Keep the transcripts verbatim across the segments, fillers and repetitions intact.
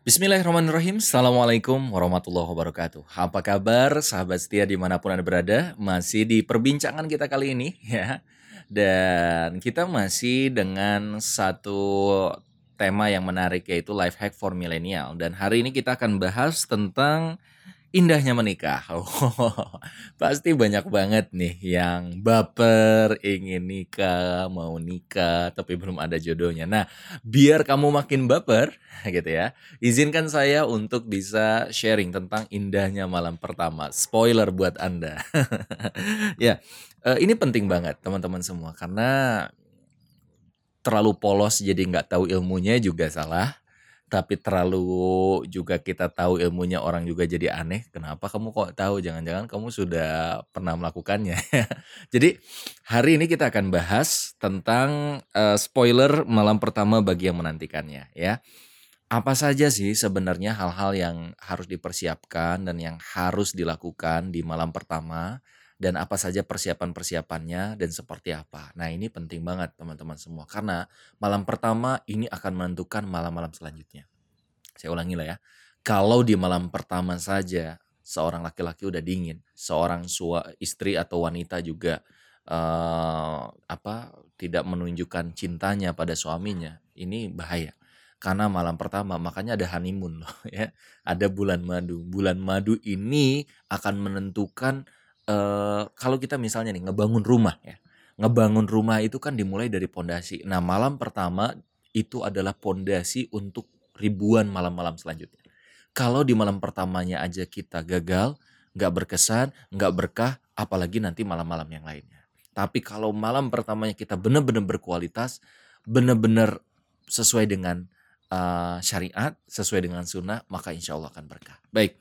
Bismillahirrahmanirrahim. Assalamualaikum warahmatullahi wabarakatuh. Apa kabar sahabat setia dimanapun Anda berada? Masih di perbincangan kita kali ini ya. Dan kita masih dengan satu tema yang menarik yaitu life hack for millennial. Dan hari ini kita akan bahas tentang indahnya menikah. Oh, pasti banyak banget nih yang baper, ingin nikah, mau nikah, tapi belum ada jodohnya. Nah, biar kamu makin baper, gitu ya, izinkan saya untuk bisa sharing tentang indahnya malam pertama. Spoiler buat Anda. Ya, eh, ini penting banget teman-teman semua, karena terlalu polos jadi nggak tahu ilmunya juga salah. Tapi terlalu juga kita tahu ilmunya orang juga jadi aneh. Kenapa kamu kok tahu? Jangan-jangan kamu sudah pernah melakukannya. Jadi hari ini kita akan bahas tentang uh, spoiler malam pertama bagi yang menantikannya ya. Apa saja sih sebenarnya hal-hal yang harus dipersiapkan dan yang harus dilakukan di malam pertama, dan apa saja persiapan-persiapannya dan seperti apa. Nah, ini penting banget teman-teman semua karena malam pertama ini akan menentukan malam-malam selanjutnya. Saya ulangi lah ya. Kalau di malam pertama saja seorang laki-laki udah dingin, seorang sua, istri atau wanita juga eh, apa tidak menunjukkan cintanya pada suaminya, ini bahaya. Karena malam pertama, makanya ada honeymoon loh ya. Ada bulan madu. Bulan madu ini akan menentukan eh, kalau kita misalnya nih ngebangun rumah ya. Ngebangun rumah itu kan dimulai dari pondasi. Nah, malam pertama itu adalah pondasi untuk ribuan malam-malam selanjutnya. Kalau di malam pertamanya aja kita gagal, nggak berkesan, nggak berkah, apalagi nanti malam-malam yang lainnya. Tapi kalau malam pertamanya kita benar-benar berkualitas, benar-benar sesuai dengan uh, syariat, sesuai dengan sunnah, maka insya Allah akan berkah. Baik,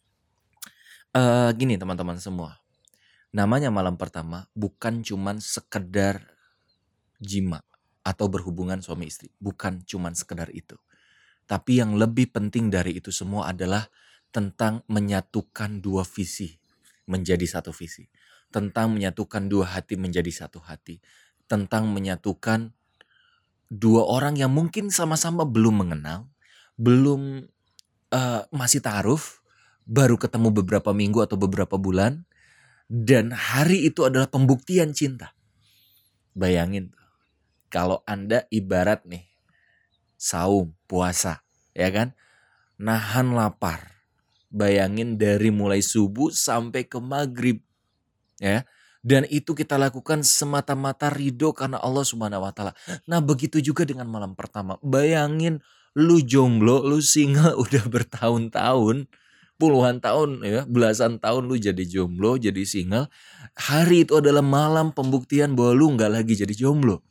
uh, gini teman-teman semua, namanya malam pertama bukan cuman sekedar jima atau berhubungan suami istri, bukan cuman sekedar itu. Tapi yang lebih penting dari itu semua adalah tentang menyatukan dua visi menjadi satu visi. Tentang menyatukan dua hati menjadi satu hati. Tentang menyatukan dua orang yang mungkin sama-sama belum mengenal, belum uh, masih taaruf, baru ketemu beberapa minggu atau beberapa bulan, dan hari itu adalah pembuktian cinta. Bayangin kalau Anda ibarat nih saum, puasa, ya kan? Nahan lapar. Bayangin dari mulai subuh sampai ke maghrib, ya. Dan itu kita lakukan semata-mata ridho karena Allah Subhanahu wa taala. Nah, begitu juga dengan malam pertama. Bayangin lu jomblo, lu single udah bertahun-tahun, puluhan tahun ya, belasan tahun lu jadi jomblo, jadi single. Hari itu adalah malam pembuktian bahwa lu nggak lagi jadi jomblo.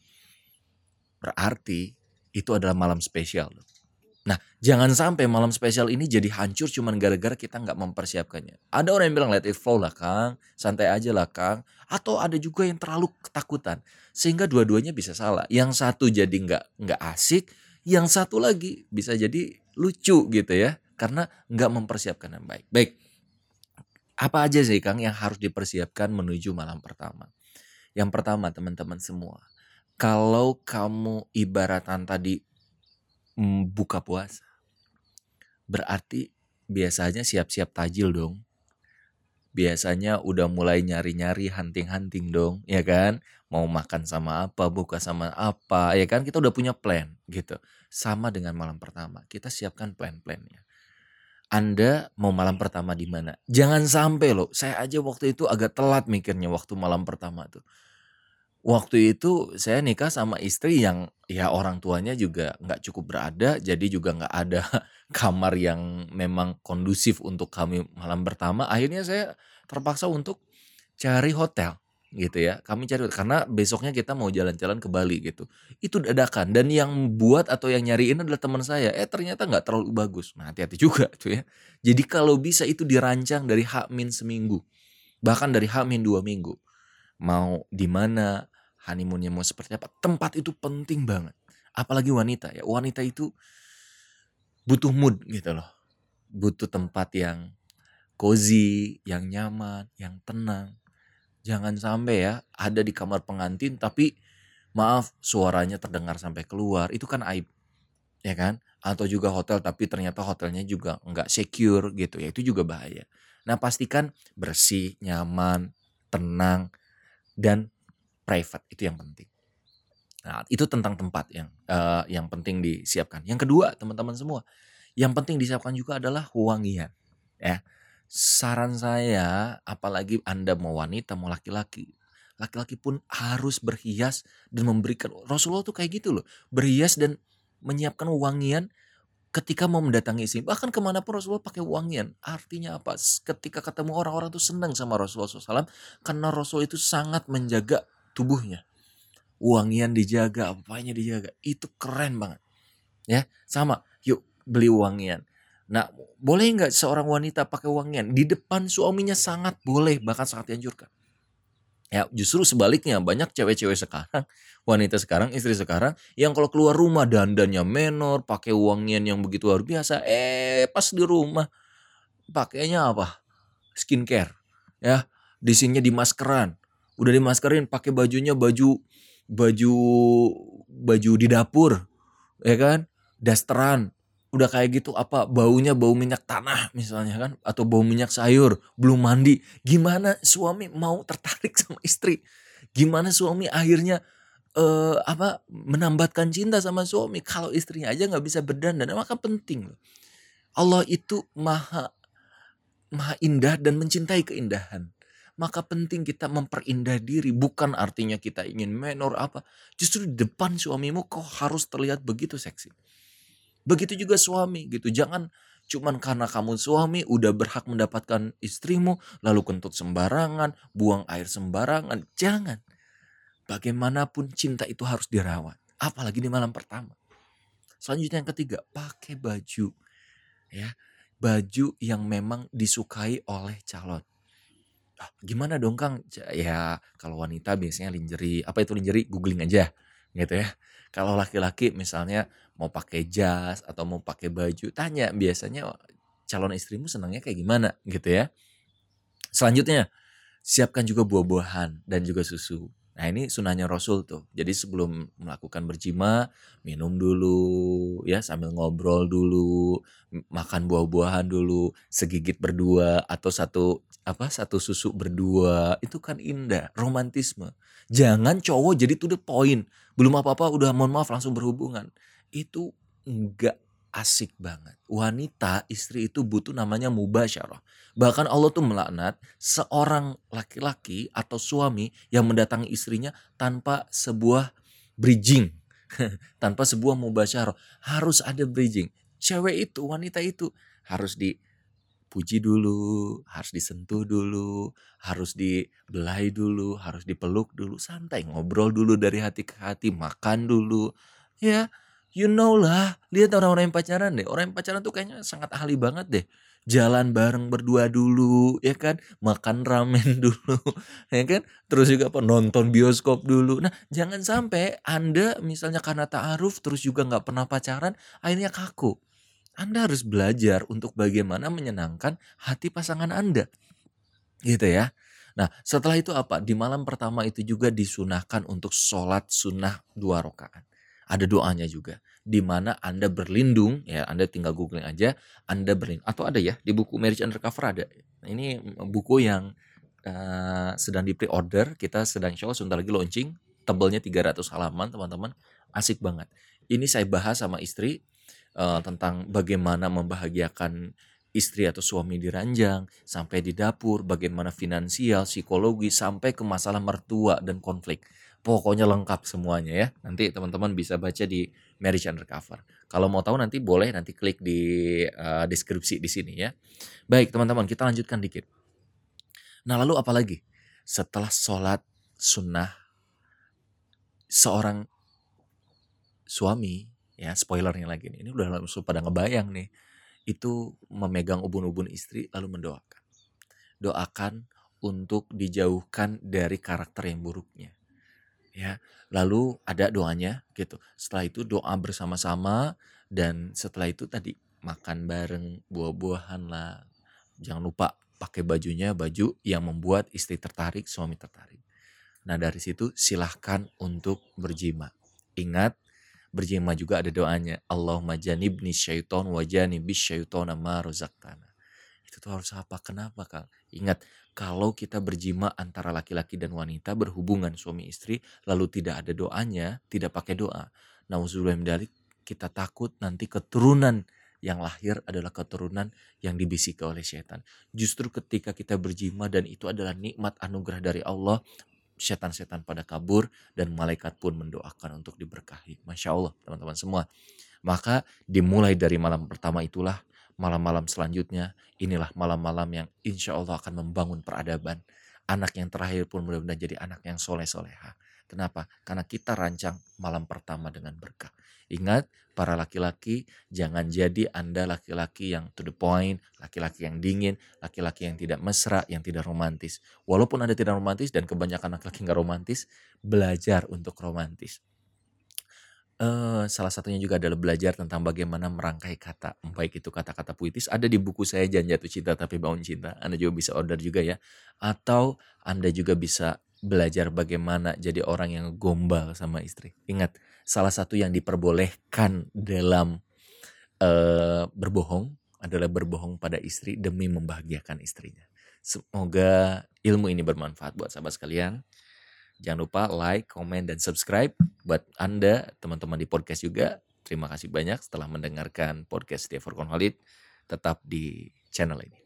Berarti itu adalah malam spesial. Nah, jangan sampai malam spesial ini jadi hancur cuman gara-gara kita nggak mempersiapkannya. Ada orang yang bilang let it flow lah Kang, santai aja lah Kang. Atau ada juga yang terlalu ketakutan, sehingga dua-duanya bisa salah. Yang satu jadi nggak nggak asik, yang satu lagi bisa jadi lucu gitu ya, karena nggak mempersiapkan yang baik. Baik, apa aja sih Kang yang harus dipersiapkan menuju malam pertama? Yang pertama teman-teman semua, kalau kamu ibaratan tadi mm, buka puasa, berarti biasanya siap-siap tajil dong. Biasanya udah mulai nyari-nyari hunting-hunting dong, ya kan? Mau makan sama apa, buka sama apa, ya kan? Kita udah punya plan gitu. Sama dengan malam pertama, kita siapkan plan-plannya. Anda mau malam pertama di mana? Jangan sampai loh, saya aja waktu itu agak telat mikirnya waktu malam pertama tuh. Waktu itu saya nikah sama istri yang ya orang tuanya juga nggak cukup berada, jadi juga nggak ada kamar yang memang kondusif untuk kami malam pertama. Akhirnya saya terpaksa untuk cari hotel gitu ya. Kami cari karena besoknya kita mau jalan-jalan ke Bali gitu. Itu dadakan dan yang buat atau yang nyariin adalah teman saya. Eh ternyata nggak terlalu bagus. Nah hati-hati juga tuh ya. Jadi kalau bisa itu dirancang dari H-min seminggu, bahkan dari H-min dua minggu. Mau di mana, honeymoonnya mau seperti apa, tempat itu penting banget. Apalagi wanita ya, wanita itu butuh mood gitu loh. Butuh tempat yang cozy, yang nyaman, yang tenang. Jangan sampai ya ada di kamar pengantin tapi maaf suaranya terdengar sampai keluar, itu kan aib. Ya kan? atau juga hotel tapi ternyata hotelnya juga nggak secure gitu ya, itu juga bahaya. Nah pastikan bersih, nyaman, tenang, dan private, itu yang penting. Nah itu tentang tempat yang uh, yang penting disiapkan. Yang kedua teman-teman semua, yang penting disiapkan juga adalah wangian ya. Saran saya, apalagi Anda mau wanita mau laki-laki, laki-laki pun harus berhias dan memberikan. Rasulullah tuh kayak gitu loh, berhias dan menyiapkan wangian ketika mau mendatangi istri. Bahkan kemanapun Rasulullah pakai wangian. Artinya apa? Ketika ketemu orang-orang tuh senang sama Rasulullah shallallahu alaihi wasallam karena Rasul itu sangat menjaga tubuhnya. Wangian dijaga, apanya dijaga. Itu keren banget. Ya, sama. Yuk beli wangian. Nah, boleh nggak seorang wanita pakai wangian? Di depan suaminya sangat boleh, bahkan sangat dianjurkan. Ya, justru sebaliknya banyak cewek-cewek sekarang, wanita sekarang, istri sekarang yang kalau keluar rumah dandannya menor, pakai wangian yang begitu luar biasa, eh pas di rumah pakainya apa? Skincare. Ya, di sininya dimaskeran. Udah dimaskerin pakai bajunya baju baju baju di dapur, ya kan? Dasteran. Udah kayak gitu apa baunya bau minyak tanah misalnya kan, atau bau minyak sayur, belum mandi. Gimana suami mau tertarik sama istri? Gimana suami akhirnya eh, apa menambatkan cinta sama suami kalau istrinya aja nggak bisa berdandan? Maka penting. Allah itu maha maha indah dan mencintai keindahan. Maka penting kita memperindah diri, bukan artinya kita ingin menor apa. Justru di depan suamimu kau harus terlihat begitu seksi. Begitu juga suami gitu. Jangan cuman karena kamu suami udah berhak mendapatkan istrimu lalu kentut sembarangan, buang air sembarangan. Jangan. Bagaimanapun cinta itu harus dirawat. Apalagi di malam pertama. Selanjutnya yang ketiga, pakai baju. Ya, baju yang memang disukai oleh calon. Ah, gimana dong Kang? Ya kalau wanita biasanya lingerie. Apa itu lingerie? Googling aja gitu ya. Kalau laki-laki misalnya mau pakai jas atau mau pakai baju, tanya biasanya calon istrimu senangnya kayak gimana gitu ya. Selanjutnya, siapkan juga buah-buahan dan juga susu. Nah ini sunahnya Rasul tuh. Jadi sebelum melakukan berjima, minum dulu ya sambil ngobrol dulu, makan buah-buahan dulu, segigit berdua atau satu apa satu susu berdua. Itu kan indah, romantisme. Jangan cowok jadi to the point. Belum apa-apa udah mohon maaf langsung berhubungan. Itu enggak asik banget. Wanita, istri itu butuh namanya mubasyarah. Bahkan Allah tuh melaknat seorang laki-laki atau suami yang mendatangi istrinya tanpa sebuah bridging. Tanpa sebuah mubasyarah. Harus ada bridging. Cewek itu, wanita itu harus dipuji dulu, harus disentuh dulu, harus dibelai dulu, harus dipeluk dulu. Santai, ngobrol dulu dari hati ke hati, makan dulu. Ya, you know lah, lihat orang-orang yang pacaran deh. Orang yang pacaran tuh kayaknya sangat ahli banget deh. Jalan bareng berdua dulu, ya kan? Makan ramen dulu, ya kan? Terus juga apa? Nonton bioskop dulu. Nah, jangan sampai Anda misalnya karena ta'aruf terus juga nggak pernah pacaran, akhirnya kaku. Anda harus belajar untuk bagaimana menyenangkan hati pasangan Anda, gitu ya. Nah, setelah itu apa? Di malam pertama itu juga disunahkan untuk sholat sunnah dua rakaat. Ada doanya juga, di mana Anda berlindung, ya Anda tinggal googling aja, Anda berlindung. Atau ada ya, di buku Marriage Undercover ada. Ini buku yang uh, sedang di pre-order, kita sedang insya Allah sebentar lagi launching, tebalnya tiga ratus halaman teman-teman, asik banget. Ini saya bahas sama istri uh, tentang bagaimana membahagiakan istri atau suami di ranjang, sampai di dapur, bagaimana finansial, psikologi, sampai ke masalah mertua dan konflik. Pokoknya lengkap semuanya ya. Nanti teman-teman bisa baca di Marriage Undercover. Kalau mau tahu nanti boleh nanti klik di uh, deskripsi di sini ya. Baik teman-teman, kita lanjutkan dikit. Nah lalu apa lagi? Setelah sholat sunnah, seorang suami, ya spoilernya lagi nih, ini udah langsung pada ngebayang nih, itu memegang ubun-ubun istri lalu mendoakan. Doakan untuk dijauhkan dari karakter yang buruknya. Ya, lalu ada doanya gitu. Setelah itu doa bersama-sama dan setelah itu tadi makan bareng, buah-buahan lah. Jangan lupa pakai bajunya baju yang membuat istri tertarik, suami tertarik. Nah dari situ silahkan untuk berjima. Ingat Berjima juga ada doanya. Allahumma janibni syaiton wa janibis syaitona ma razaqtana. Itu tuh harus apa? Kenapa, Kang? Ingat, kalau kita berjima antara laki-laki dan wanita berhubungan suami istri lalu tidak ada doanya, tidak pakai doa. Nauzubillah min dzalik, kita takut nanti keturunan yang lahir adalah keturunan yang dibisiki oleh setan. Justru ketika kita berjima dan itu adalah nikmat anugerah dari Allah, setan-setan pada kabur dan malaikat pun mendoakan untuk diberkahi. Masya Allah, teman-teman semua. Maka dimulai dari malam pertama itulah malam-malam selanjutnya, inilah malam-malam yang insya Allah akan membangun peradaban. Anak yang terakhir pun mudah-mudahan jadi anak yang soleh-soleha. Kenapa? Karena kita rancang malam pertama dengan berkah. Ingat, para laki-laki, jangan jadi Anda laki-laki yang to the point, laki-laki yang dingin, laki-laki yang tidak mesra, yang tidak romantis. Walaupun Anda tidak romantis dan kebanyakan laki-laki nggak romantis, belajar untuk romantis. Uh, salah satunya juga adalah belajar tentang bagaimana merangkai kata, baik itu kata-kata puitis, ada di buku saya Jangan Jatuh Cinta Tapi Bangun Cinta. Anda juga bisa order juga ya. Atau Anda juga bisa belajar bagaimana jadi orang yang gombal sama istri. Ingat, salah satu yang diperbolehkan dalam uh, berbohong adalah berbohong pada istri demi membahagiakan istrinya. Semoga ilmu ini bermanfaat buat sahabat sekalian. Jangan lupa like, komen, dan subscribe. Buat Anda, teman-teman di podcast juga, terima kasih banyak setelah mendengarkan podcast Stay for Konholid. Tetap di channel ini.